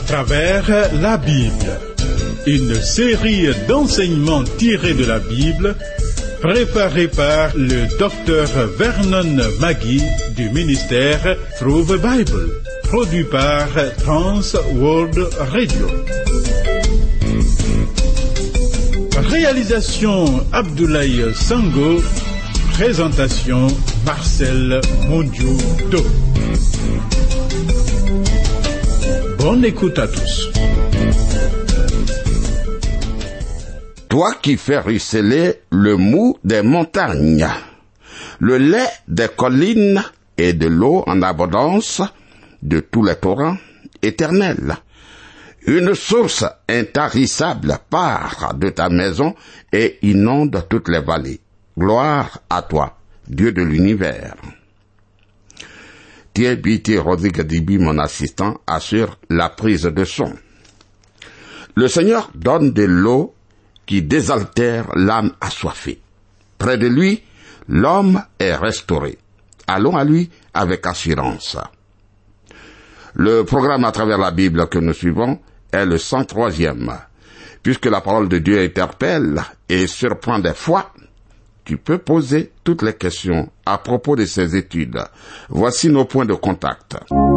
travers la Bible. Une série d'enseignements tirés de la Bible, préparée par le Dr Vernon Magui du ministère Through the Bible, produit par Trans World Radio. Réalisation Abdoulaye Sango, présentation Marcel Mondiou-Do. Bonne écoute à tous. Toi qui fais ruisseler le mou des montagnes, le lait des collines et de l'eau en abondance de tous les torrents éternels. Une source intarissable part de ta maison et inonde toutes les vallées. Gloire à toi, Dieu de l'univers. Thierry Rodrigue Dibi, mon assistant, assure la prise de son. Le Seigneur donne de l'eau qui désaltère l'âme assoiffée. Près de lui, l'homme est restauré. Allons à lui avec assurance. Le programme à travers la Bible que nous suivons est le 103e. Puisque la parole de Dieu interpelle et surprend des fois, tu peux poser toutes les questions à propos de ces études. Voici nos points de contact.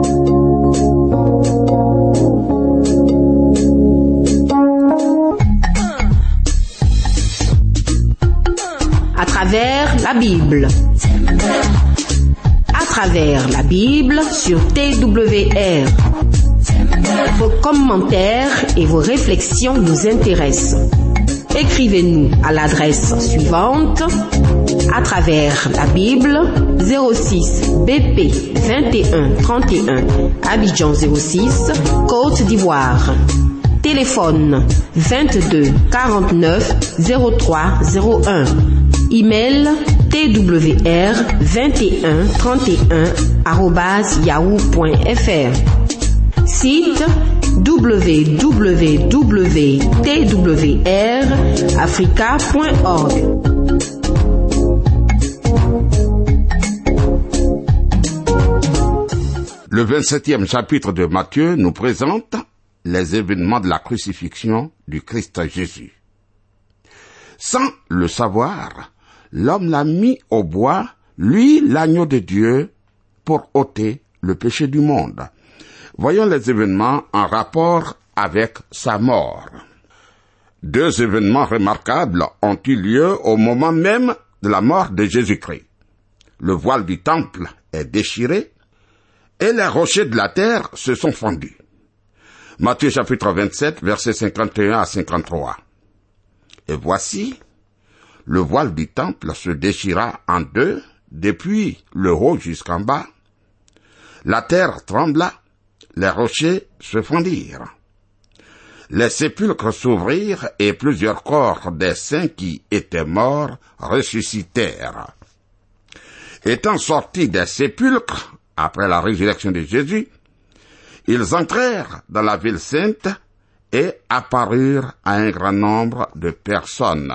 À travers la Bible. À travers la Bible sur TWR. Vos commentaires et vos réflexions nous intéressent. Écrivez-nous à l'adresse suivante: à travers la Bible, 06 BP 21 31, Abidjan 06, Côte d'Ivoire. Téléphone 22 49 03 01. Email twr2131@yahoo.fr. Site www.twrafrica.org. Le 27e chapitre de Matthieu nous présente les événements de la crucifixion du Christ Jésus. Sans le savoir, l'homme l'a mis au bois, lui, l'agneau de Dieu, pour ôter le péché du monde. Voyons les événements en rapport avec sa mort. Deux événements remarquables ont eu lieu au moment même de la mort de Jésus-Christ. Le voile du temple est déchiré et les rochers de la terre se sont fendus. Matthieu chapitre 27, versets 51 à 53. Et voici, le voile du temple se déchira en deux, depuis le haut jusqu'en bas. La terre trembla, les rochers se fendirent. Les sépulcres s'ouvrirent et plusieurs corps des saints qui étaient morts ressuscitèrent. Étant sortis des sépulcres, après la résurrection de Jésus, ils entrèrent dans la ville sainte et apparurent à un grand nombre de personnes.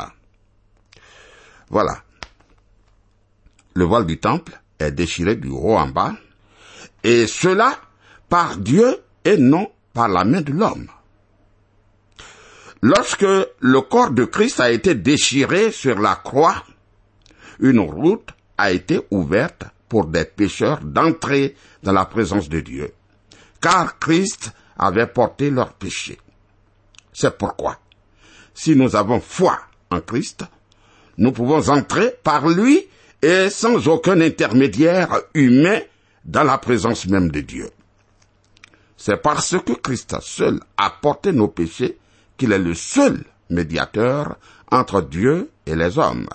Voilà. Le voile du temple est déchiré du haut en bas, et cela par Dieu et non par la main de l'homme. Lorsque le corps de Christ a été déchiré sur la croix, une route a été ouverte pour des pécheurs d'entrer dans la présence de Dieu, car Christ avait porté leurs péchés. C'est pourquoi, si nous avons foi en Christ, nous pouvons entrer par lui et sans aucun intermédiaire humain dans la présence même de Dieu. C'est parce que Christ seul a porté nos péchés qu'il est le seul médiateur entre Dieu et les hommes.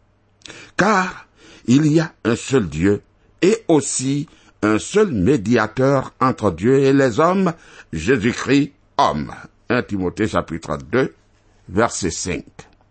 Car il y a un seul Dieu et aussi un seul médiateur entre Dieu et les hommes, Jésus-Christ, homme. 1 Timothée chapitre 2, verset 5.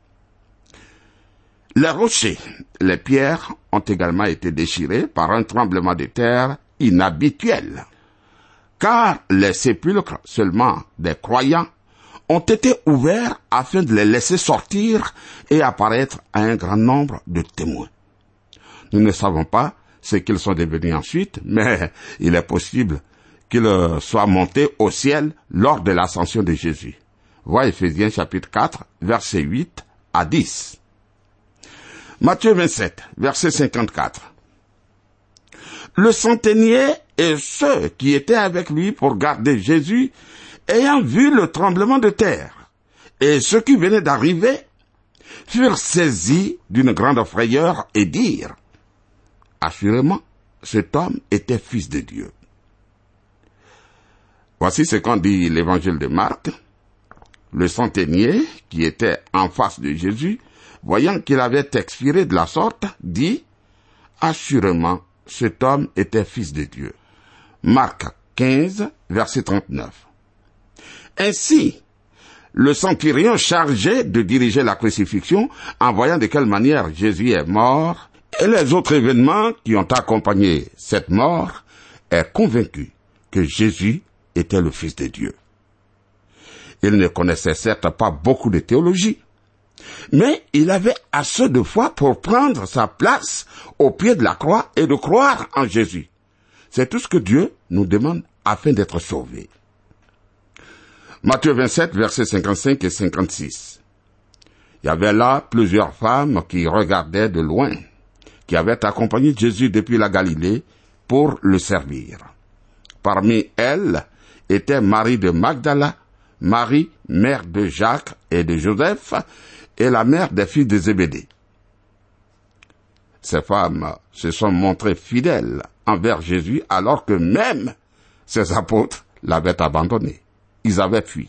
Les rochers, les pierres ont également été déchirés par un tremblement de terre inhabituel. Car les sépulcres seulement des croyants ont été ouverts afin de les laisser sortir et apparaître à un grand nombre de témoins. Nous ne savons pas ce qu'ils sont devenus ensuite, mais il est possible qu'il soit monté au ciel lors de l'ascension de Jésus. Vois Éphésiens chapitre 4, versets 8 à 10. Matthieu 27, verset 54. Le centenier et ceux qui étaient avec lui pour garder Jésus, ayant vu le tremblement de terre, et ceux qui venaient d'arriver, furent saisis d'une grande frayeur et dirent, « Assurément, cet homme était fils de Dieu. » Voici ce qu'en dit l'évangile de Marc. Le centenier, qui était en face de Jésus, voyant qu'il avait expiré de la sorte, dit, « Assurément, cet homme était fils de Dieu. » Marc 15, verset 39. Ainsi, le centurion chargé de diriger la crucifixion, en voyant de quelle manière Jésus est mort, et les autres événements qui ont accompagné cette mort, est convaincu que Jésus était le Fils de Dieu. Il ne connaissait certes pas beaucoup de théologie, mais il avait assez de foi pour prendre sa place au pied de la croix et de croire en Jésus. C'est tout ce que Dieu nous demande afin d'être sauvés. Matthieu 27, versets 55 et 56. Il y avait là plusieurs femmes qui regardaient de loin, qui avaient accompagné Jésus depuis la Galilée pour le servir. Parmi elles était Marie de Magdala, Marie, mère de Jacques et de Joseph, et la mère des filles de Zébédée. Ces femmes se sont montrées fidèles envers Jésus alors que même ses apôtres l'avaient abandonné. Ils avaient fui.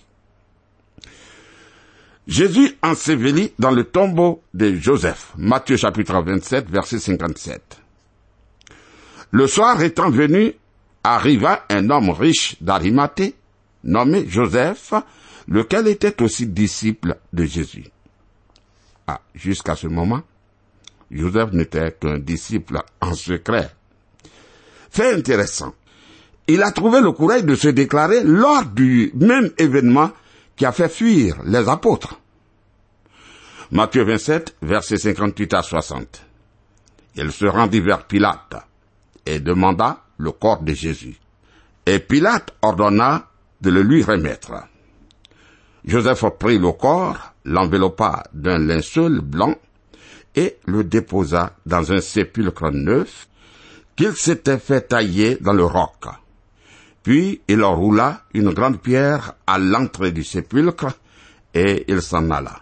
Jésus enseveli dans le tombeau de Joseph. Matthieu chapitre 27, verset 57. Le soir étant venu, arriva un homme riche d'Arimathée, nommé Joseph, lequel était aussi disciple de Jésus. Jusqu'à ce moment, Joseph n'était qu'un disciple en secret. Fait intéressant. Il a trouvé le courage de se déclarer lors du même événement qui a fait fuir les apôtres. Matthieu 27, versets 58 à 60. Il se rendit vers Pilate et demanda le corps de Jésus. Et Pilate ordonna de le lui remettre. Joseph prit le corps, l'enveloppa d'un linceul blanc et le déposa dans un sépulcre neuf qu'il s'était fait tailler dans le roc. Puis il roula une grande pierre à l'entrée du sépulcre et il s'en alla.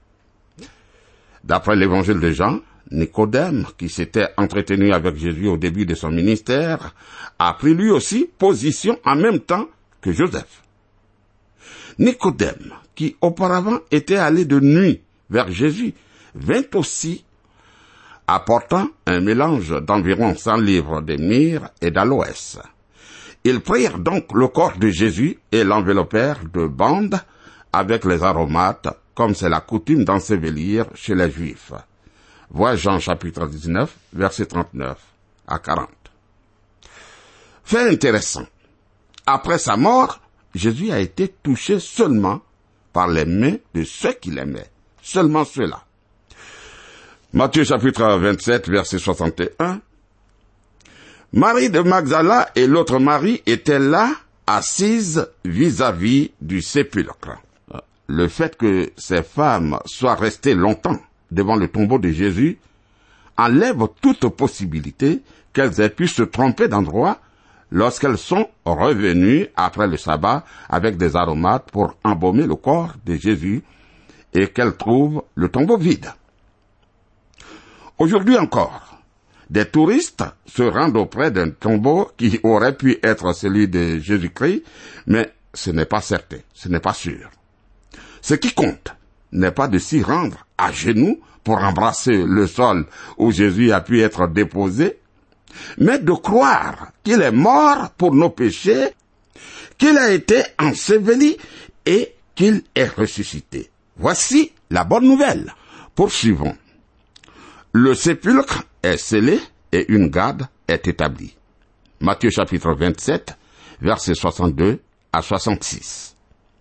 D'après l'évangile de Jean, Nicodème, qui s'était entretenu avec Jésus au début de son ministère, a pris lui aussi position en même temps que Joseph. Nicodème, qui auparavant était allé de nuit vers Jésus, vint aussi apportant un mélange d'environ 100 livres de myrrhe et d'aloès. Ils prirent donc le corps de Jésus et l'enveloppèrent de bandes avec les aromates, comme c'est la coutume d'ensevelir chez les Juifs. Vois Jean chapitre 19, verset 39 à 40. Fait intéressant. Après sa mort, Jésus a été touché seulement par les mains de ceux qu'il aimait. Seulement ceux-là. Matthieu chapitre 27, verset 61. Marie de Magdala et l'autre Marie étaient là, assises vis-à-vis du sépulcre. Le fait que ces femmes soient restées longtemps devant le tombeau de Jésus enlève toute possibilité qu'elles aient pu se tromper d'endroit lorsqu'elles sont revenues après le sabbat avec des aromates pour embaumer le corps de Jésus et qu'elles trouvent le tombeau vide. Aujourd'hui encore, des touristes se rendent auprès d'un tombeau qui aurait pu être celui de Jésus-Christ, mais ce n'est pas certain, ce n'est pas sûr. Ce qui compte n'est pas de s'y rendre à genoux pour embrasser le sol où Jésus a pu être déposé, mais de croire qu'il est mort pour nos péchés, qu'il a été enseveli et qu'il est ressuscité. Voici la bonne nouvelle. Poursuivons. Le sépulcre est scellé et une garde est établie. Matthieu chapitre 27, versets 62 à 66.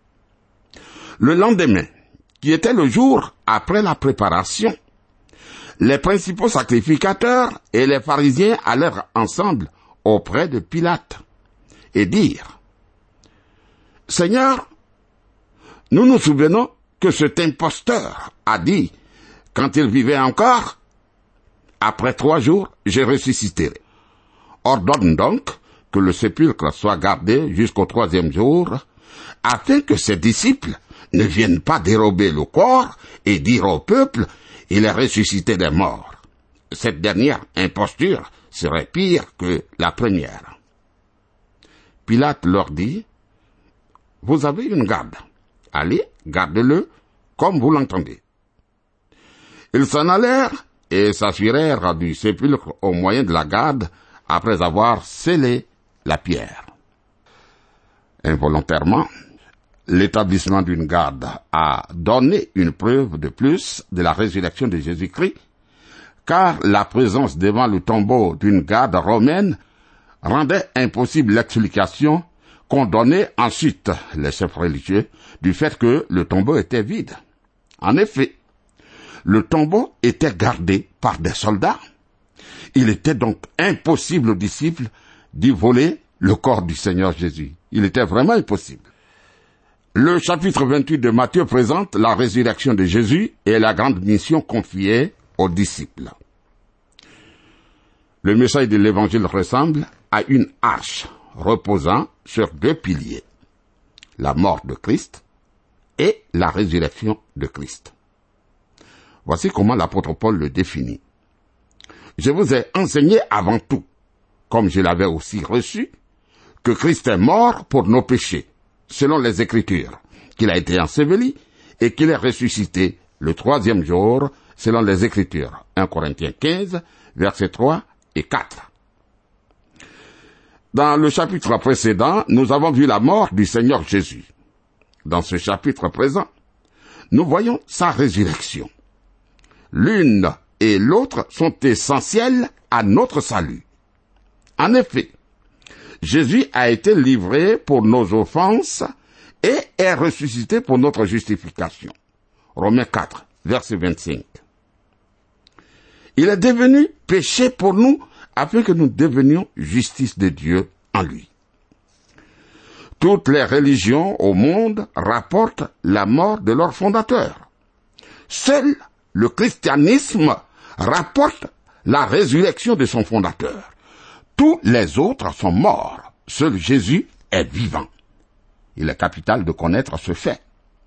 Le lendemain, qui était le jour après la préparation, les principaux sacrificateurs et les pharisiens allèrent ensemble auprès de Pilate et dirent, Seigneur, nous nous souvenons que cet imposteur a dit, quand il vivait encore, après 3 jours, je ressusciterai. Ordonne donc que le sépulcre soit gardé jusqu'au 3e jour, afin que ses disciples ne viennent pas dérober le corps et dire au peuple, il est ressuscité des morts. Cette dernière imposture serait pire que la première. Pilate leur dit, vous avez une garde. Allez, gardez-le comme vous l'entendez. Ils s'en allèrent et s'assurèrent du sépulcre au moyen de la garde après avoir scellé la pierre. Involontairement, l'établissement d'une garde a donné une preuve de plus de la résurrection de Jésus-Christ, car la présence devant le tombeau d'une garde romaine rendait impossible l'explication qu'ont donnée ensuite les chefs religieux du fait que le tombeau était vide. En effet, le tombeau était gardé par des soldats. Il était donc impossible aux disciples d'y voler le corps du Seigneur Jésus. Il était vraiment impossible. Le chapitre 28 de Matthieu présente la résurrection de Jésus et la grande mission confiée aux disciples. Le message de l'Évangile ressemble à une arche reposant sur 2 piliers, la mort de Christ et la résurrection de Christ. Voici comment l'apôtre Paul le définit. Je vous ai enseigné avant tout, comme je l'avais aussi reçu, que Christ est mort pour nos péchés, selon les Écritures, qu'il a été enseveli et qu'il est ressuscité le 3e jour, selon les Écritures. 1 Corinthiens 15, versets 3 et 4. Dans le chapitre précédent, nous avons vu la mort du Seigneur Jésus. Dans ce chapitre présent, nous voyons sa résurrection. L'une et l'autre sont essentielles à notre salut. En effet, Jésus a été livré pour nos offenses et est ressuscité pour notre justification. Romains 4, verset 25. Il est devenu péché pour nous afin que nous devenions justice de Dieu en lui. Toutes les religions au monde rapportent la mort de leur fondateur. Seul le christianisme rapporte la résurrection de son fondateur. Tous les autres sont morts. Seul Jésus est vivant. Il est capital de connaître ce fait.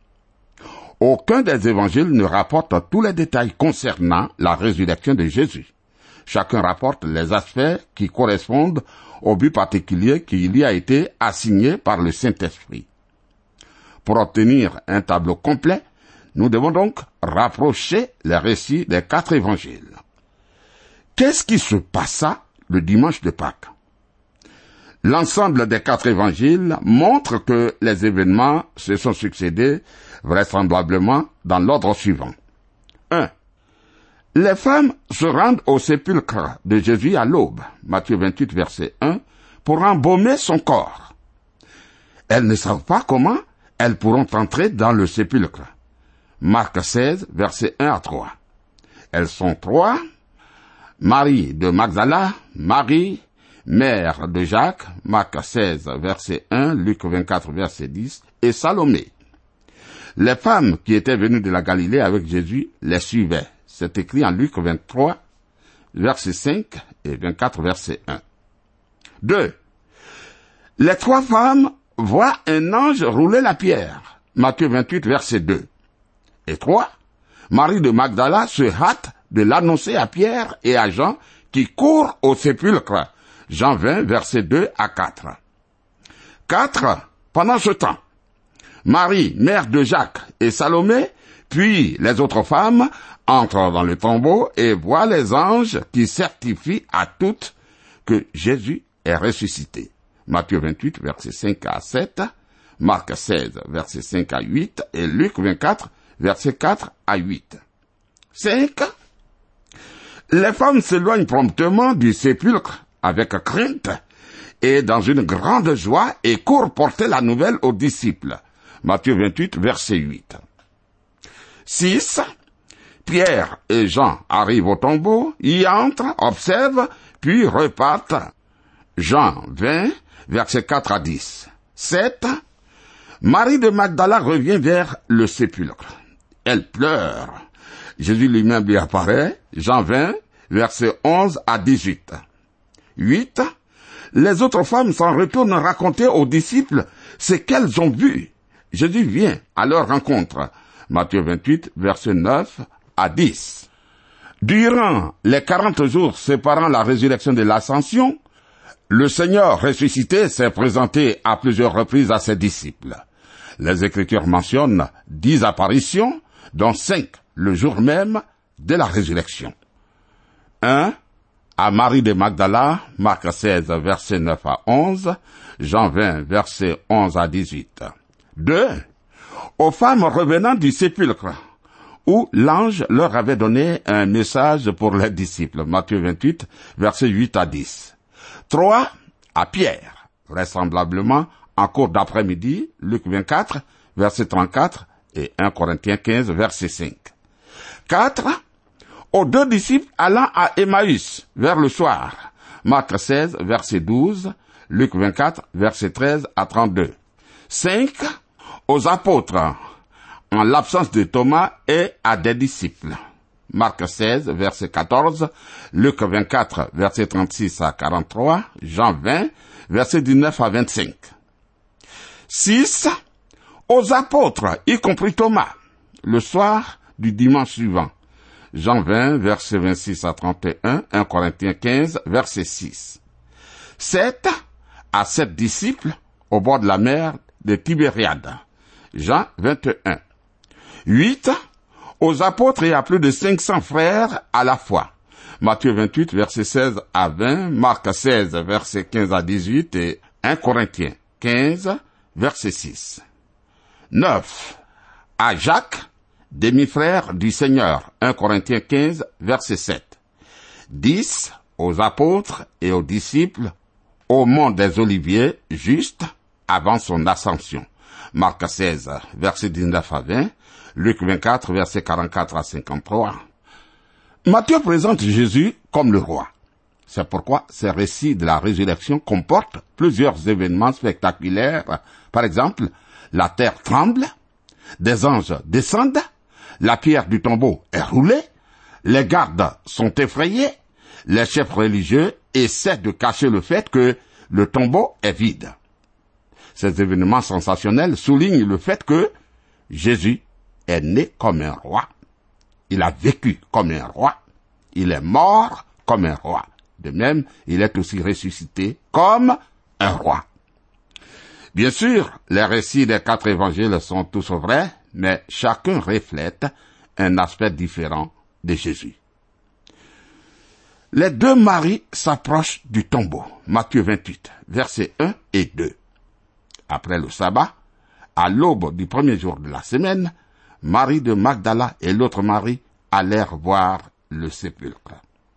Aucun des évangiles ne rapporte tous les détails concernant la résurrection de Jésus. Chacun rapporte les aspects qui correspondent au but particulier qui lui a été assigné par le Saint-Esprit. Pour obtenir un tableau complet, nous devons donc rapprocher les récits des 4 évangiles. Qu'est-ce qui se passa le dimanche de Pâques? L'ensemble des 4 évangiles montre que les événements se sont succédés vraisemblablement dans l'ordre suivant. 1. Les femmes se rendent au sépulcre de Jésus à l'aube, Matthieu 28, verset 1, pour embaumer son corps. Elles ne savent pas comment elles pourront entrer dans le sépulcre. Marc 16, verset 1 à 3. Elles sont 3, Marie de Magdala, Marie, mère de Jacques, Marc 16, verset 1, Luc 24, verset 10, et Salomé. Les femmes qui étaient venues de la Galilée avec Jésus les suivaient. C'est écrit en Luc 23, verset 5 et 24, verset 1. 2. Les 3 femmes voient un ange rouler la pierre. Matthieu 28, verset 2. Et 3. Marie de Magdala se hâte de l'annoncer à Pierre et à Jean qui courent au sépulcre. Jean 20, verset 2 à 4. 4. Pendant ce temps, Marie, mère de Jacques et Salomé, puis les autres femmes, entrent dans le tombeau et voient les anges qui certifient à toutes que Jésus est ressuscité. Matthieu 28, verset 5 à 7, Marc 16, verset 5 à 8, et Luc 24, verset 4 à 8. 5. Les femmes s'éloignent promptement du sépulcre avec crainte et dans une grande joie et courent porter la nouvelle aux disciples. Matthieu 28, verset 8. 6. Pierre et Jean arrivent au tombeau, y entrent, observent, puis repartent. Jean 20, verset 4 à 10. 7. Marie de Magdala revient vers le sépulcre. Elle pleure. Jésus lui-même lui apparaît. Jean 20, versets 11 à 18. 8. Les autres femmes s'en retournent raconter aux disciples ce qu'elles ont vu. Jésus vient à leur rencontre. Matthieu 28, versets 9 à 10. Durant les 40 jours séparant la résurrection de l'ascension, le Seigneur ressuscité s'est présenté à plusieurs reprises à ses disciples. Les Écritures mentionnent 10 apparitions, dont 5 le jour même de la résurrection. 1. À Marie de Magdala, Marc 16, versets 9 à 11, Jean 20, versets 11 à 18. 2. Aux femmes revenant du sépulcre, où l'ange leur avait donné un message pour les disciples, Matthieu 28, versets 8 à 10. 3. À Pierre, vraisemblablement en cours d'après-midi, Luc 24, verset 34, et 1 Corinthiens 15, verset 5. 4. Aux 2 disciples allant à Emmaüs, vers le soir, Marc 16, verset 12, Luc 24, verset 13 à 32. 5. Aux apôtres, en l'absence de Thomas et à des disciples. Marc 16, verset 14, Luc 24, verset 36 à 43, Jean 20, verset 19 à 25. 6. Aux apôtres, y compris Thomas, le soir du dimanche suivant. Jean 20, verset 26 à 31, 1 Corinthiens 15, verset 6. 7. À 7 disciples, au bord de la mer de Tibériade. Jean 21. 8. Aux apôtres et à plus de 500 frères à la fois. Matthieu 28, verset 16 à 20, Marc 16, verset 15 à 18 et 1 Corinthiens 15, verset 6. 9. À Jacques, demi-frère du Seigneur, 1 Corinthiens 15, verset 7. 10. Aux apôtres et aux disciples, au mont des Oliviers, juste avant son ascension. Marc 16, verset 19 à 20, Luc 24, verset 44 à 53. Matthieu présente Jésus comme le roi. C'est pourquoi ces récits de la résurrection comportent plusieurs événements spectaculaires. Par exemple, la terre tremble, des anges descendent, la pierre du tombeau est roulée, les gardes sont effrayés, les chefs religieux essaient de cacher le fait que le tombeau est vide. Ces événements sensationnels soulignent le fait que Jésus est né comme un roi. Il a vécu comme un roi. Il est mort comme un roi. De même, il est aussi ressuscité comme un roi. Bien sûr, les récits des 4 évangiles sont tous vrais, mais chacun reflète un aspect différent de Jésus. Les 2 Maries s'approchent du tombeau. Matthieu 28, versets 1 et 2. Après le sabbat, à l'aube du premier jour de la semaine, Marie de Magdala et l'autre Marie allèrent voir le sépulcre.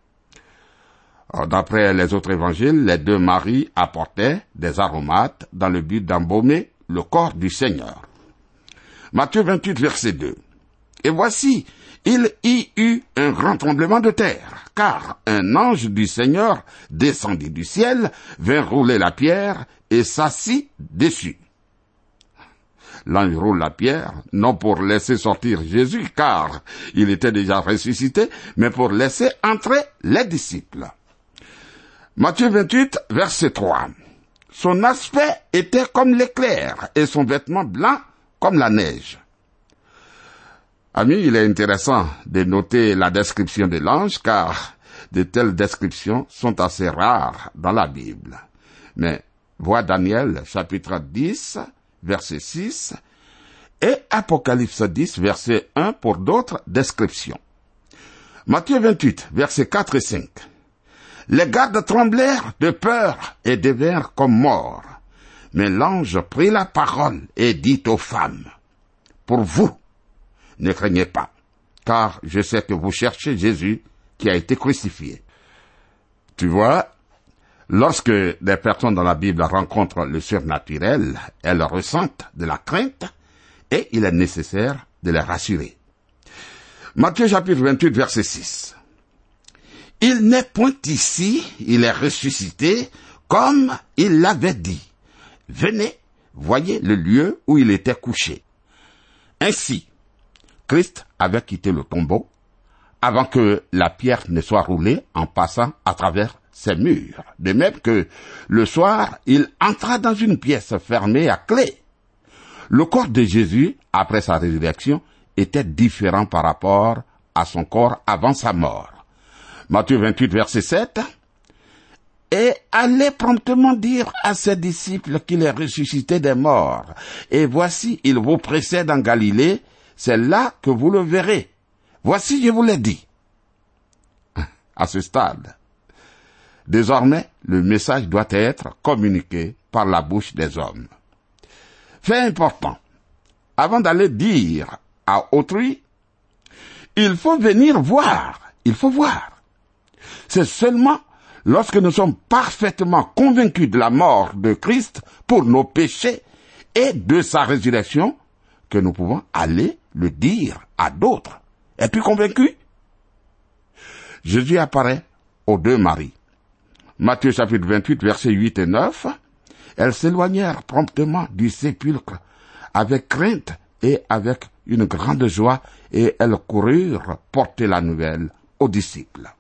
D'après les autres évangiles, les 2 Maries apportaient des aromates dans le but d'embaumer le corps du Seigneur. Matthieu 28, verset 2. Et voici, il y eut un grand tremblement de terre, car un ange du Seigneur descendit du ciel, vint rouler la pierre et s'assit dessus. L'ange roule la pierre, non pour laisser sortir Jésus, car il était déjà ressuscité, mais pour laisser entrer les disciples. Matthieu 28, verset 3. Son aspect était comme l'éclair, et son vêtement blanc comme la neige. Amis, il est intéressant de noter la description de l'ange, car de telles descriptions sont assez rares dans la Bible. Mais vois Daniel, chapitre 10, verset 6, et Apocalypse 10, verset 1 pour d'autres descriptions. Matthieu 28, versets 4 et 5. Les gardes tremblèrent de peur et devinrent comme morts. Mais l'ange prit la parole et dit aux femmes, « Pour vous, ne craignez pas, car je sais que vous cherchez Jésus qui a été crucifié. » Tu vois, lorsque des personnes dans la Bible rencontrent le surnaturel, elles ressentent de la crainte et il est nécessaire de les rassurer. Matthieu chapitre 28, verset 6. « Il n'est point ici, il est ressuscité, comme il l'avait dit. Venez, voyez le lieu où il était couché. Ainsi, Christ avait quitté le tombeau avant que la pierre ne soit roulée en passant à travers ses murs. De même que le soir, il entra dans une pièce fermée à clé. Le corps de Jésus, après sa résurrection, était différent par rapport à son corps avant sa mort. Matthieu 28, verset 7. Et allez promptement dire à ses disciples qu'il est ressuscité des morts. Et voici, il vous précède en Galilée, c'est là que vous le verrez. Voici, je vous l'ai dit. À ce stade, désormais, le message doit être communiqué par la bouche des hommes. Fait important, avant d'aller dire à autrui, il faut venir voir, il faut voir. C'est seulement lorsque nous sommes parfaitement convaincus de la mort de Christ pour nos péchés et de sa résurrection que nous pouvons aller le dire à d'autres. Es-tu convaincu? Jésus apparaît aux deux Maries. Matthieu chapitre 28, versets 8 et 9. Elles s'éloignèrent promptement du sépulcre avec crainte et avec une grande joie, et elles coururent porter la nouvelle aux disciples.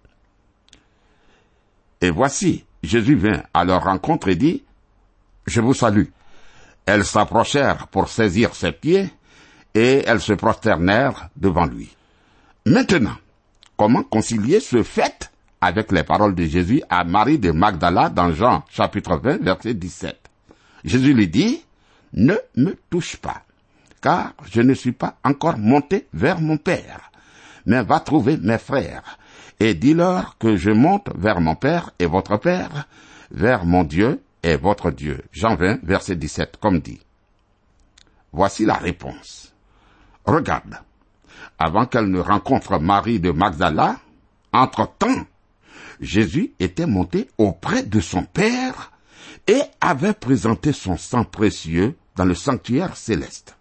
Et voici, Jésus vint à leur rencontre et dit, « Je vous salue. » Elles s'approchèrent pour saisir ses pieds, et elles se prosternèrent devant lui. Maintenant, comment concilier ce fait avec les paroles de Jésus à Marie de Magdala dans Jean chapitre 20, verset 17. Jésus lui dit, « Ne me touche pas, car je ne suis pas encore monté vers mon Père, mais va trouver mes frères, et dis-leur que je monte vers mon Père et votre Père, vers mon Dieu et votre Dieu. » Jean 20, verset 17, comme dit. Voici la réponse. Regarde, avant qu'elle ne rencontre Marie de Magdala, entre-temps, Jésus était monté auprès de son Père et avait présenté son sang précieux dans le sanctuaire céleste.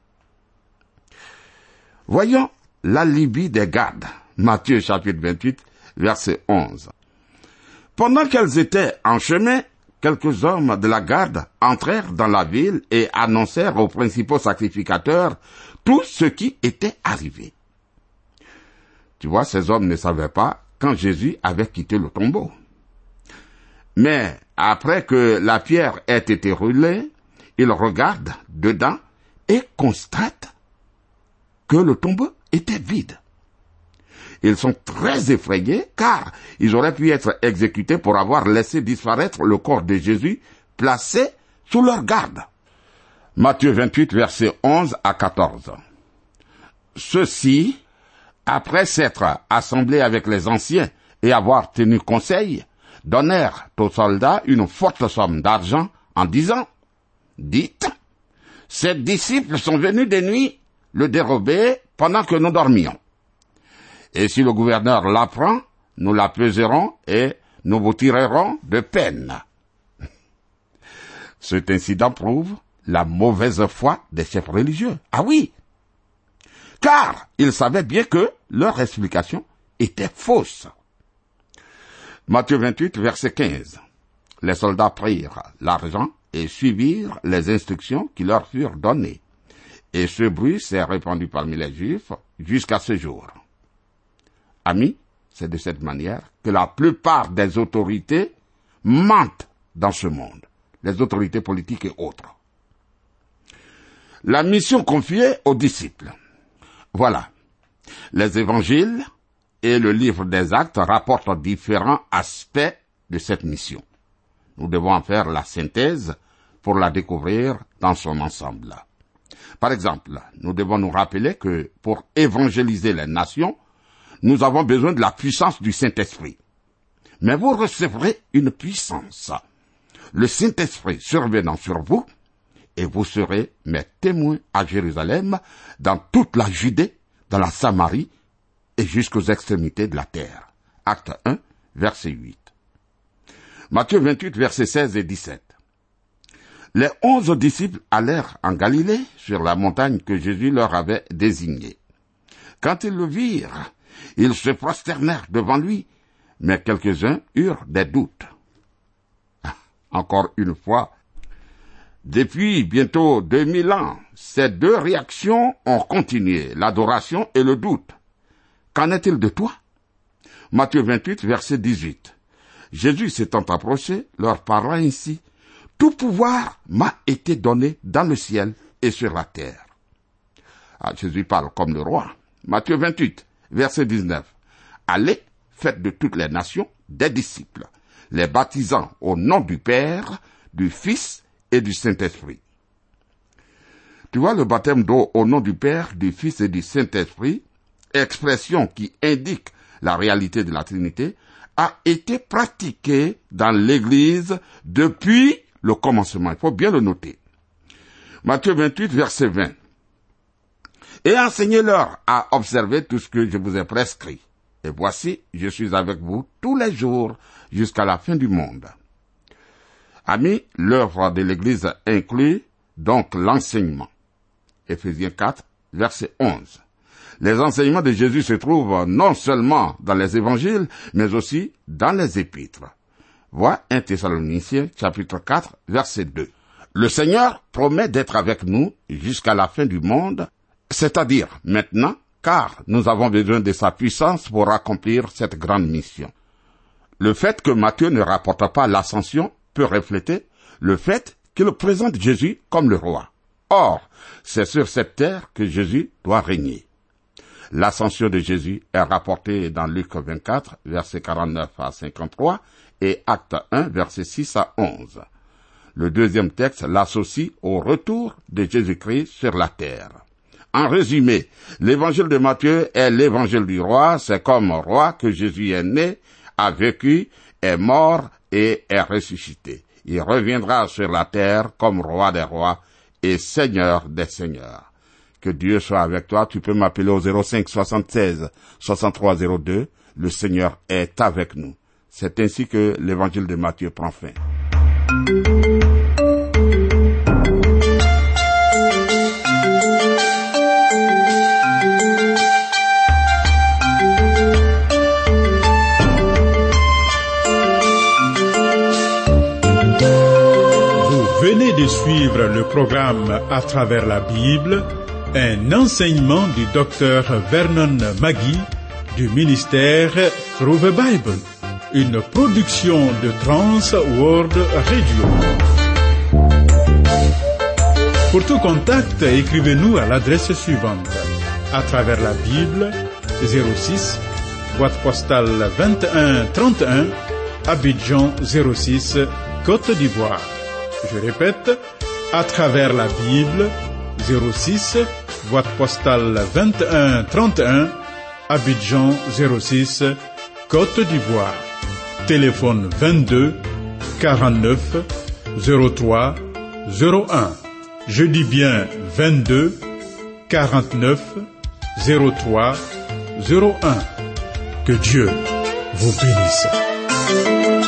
Voyons l'alibi des gardes. Matthieu chapitre 28, verset 11. Pendant qu'elles étaient en chemin, quelques hommes de la garde entrèrent dans la ville et annoncèrent aux principaux sacrificateurs tout ce qui était arrivé. Tu vois, ces hommes ne savaient pas quand Jésus avait quitté le tombeau. Mais après que la pierre ait été roulée, ils regardent dedans et constatent que le tombeau était vide. Ils sont très effrayés car ils auraient pu être exécutés pour avoir laissé disparaître le corps de Jésus placé sous leur garde. Matthieu 28, versets 11 à 14. Ceux-ci, après s'être assemblés avec les anciens et avoir tenu conseil, donnèrent aux soldats une forte somme d'argent en disant, « Dites, ces disciples sont venus de nuit le dérober pendant que nous dormions. Et si le gouverneur l'apprend, nous la peserons et nous vous tirerons de peine. » Cet incident prouve la mauvaise foi des chefs religieux. Ah oui! Car ils savaient bien que leur explication était fausse. Matthieu 28, verset 15. Les soldats prirent l'argent et suivirent les instructions qui leur furent données. Et ce bruit s'est répandu parmi les Juifs jusqu'à ce jour. Amis, c'est de cette manière que la plupart des autorités mentent dans ce monde, les autorités politiques et autres. La mission confiée aux disciples. Voilà. Les évangiles et le livre des Actes rapportent différents aspects de cette mission. Nous devons en faire la synthèse pour la découvrir dans son ensemble. Par exemple, nous devons nous rappeler que pour évangéliser les nations, nous avons besoin de la puissance du Saint-Esprit. Mais vous recevrez une puissance, le Saint-Esprit survenant sur vous, et vous serez mes témoins à Jérusalem, dans toute la Judée, dans la Samarie, et jusqu'aux extrémités de la terre. Acte 1, verset 8. Matthieu 28, versets 16 et 17. Les 11 disciples allèrent en Galilée, sur la montagne que Jésus leur avait désignée. Quand ils le virent, ils se prosternèrent devant lui, mais quelques-uns eurent des doutes. Encore une fois, Depuis bientôt 2000 ans, ces deux réactions ont continué, l'adoration et le doute. Qu'en est-il de toi? Matthieu 28, verset 18. Jésus s'étant approché, leur parla ainsi. Tout pouvoir m'a été donné dans le ciel et sur la terre. Jésus parle comme le roi. Matthieu 28, verset 19. Allez, faites de toutes les nations des disciples, les baptisant au nom du Père, du Fils et du Saint-Esprit. Tu vois, le baptême d'eau au nom du Père, du Fils et du Saint-Esprit, expression qui indique la réalité de la Trinité, a été pratiqué dans l'Église depuis le commencement. Il faut bien le noter. Matthieu 28, verset 20. Et enseignez-leur à observer tout ce que je vous ai prescrit. Et voici, je suis avec vous tous les jours jusqu'à la fin du monde. Amis, l'œuvre de l'Église inclut donc l'enseignement. Éphésiens 4, verset 11. Les enseignements de Jésus se trouvent non seulement dans les évangiles, mais aussi dans les épîtres. Vois 1 Thessaloniciens, chapitre 4, verset 2. Le Seigneur promet d'être avec nous jusqu'à la fin du monde, c'est-à-dire maintenant, car nous avons besoin de sa puissance pour accomplir cette grande mission. Le fait que Matthieu ne rapporte pas l'ascension peut refléter le fait qu'il présente Jésus comme le roi. Or, c'est sur cette terre que Jésus doit régner. L'ascension de Jésus est rapportée dans Luc 24, versets 49 à 53, et Acte 1, versets 6 à 11. Le deuxième texte l'associe au retour de Jésus-Christ sur la terre. En résumé, l'évangile de Matthieu est l'évangile du roi, c'est comme roi que Jésus est né, a vécu, est mort et est ressuscité. Il reviendra sur la terre comme roi des rois et seigneur des seigneurs. Que Dieu soit avec toi. Tu peux m'appeler au 05 76 63 02. Le Seigneur est avec nous. C'est ainsi que l'évangile de Matthieu prend fin. Venez de suivre le programme À travers la Bible, un enseignement du docteur Vernon Magui du ministère Through the Bible, une production de Trans World Radio. Pour tout contact, écrivez-nous à l'adresse suivante: À travers la Bible, 06, boîte postale 2131, Abidjan 06, Côte d'Ivoire. Je répète, À travers la Bible, 06, boîte postale 2131, Abidjan 06, Côte d'Ivoire. Téléphone 22 49 03 01. Je dis bien 22 49 03 01. Que Dieu vous bénisse.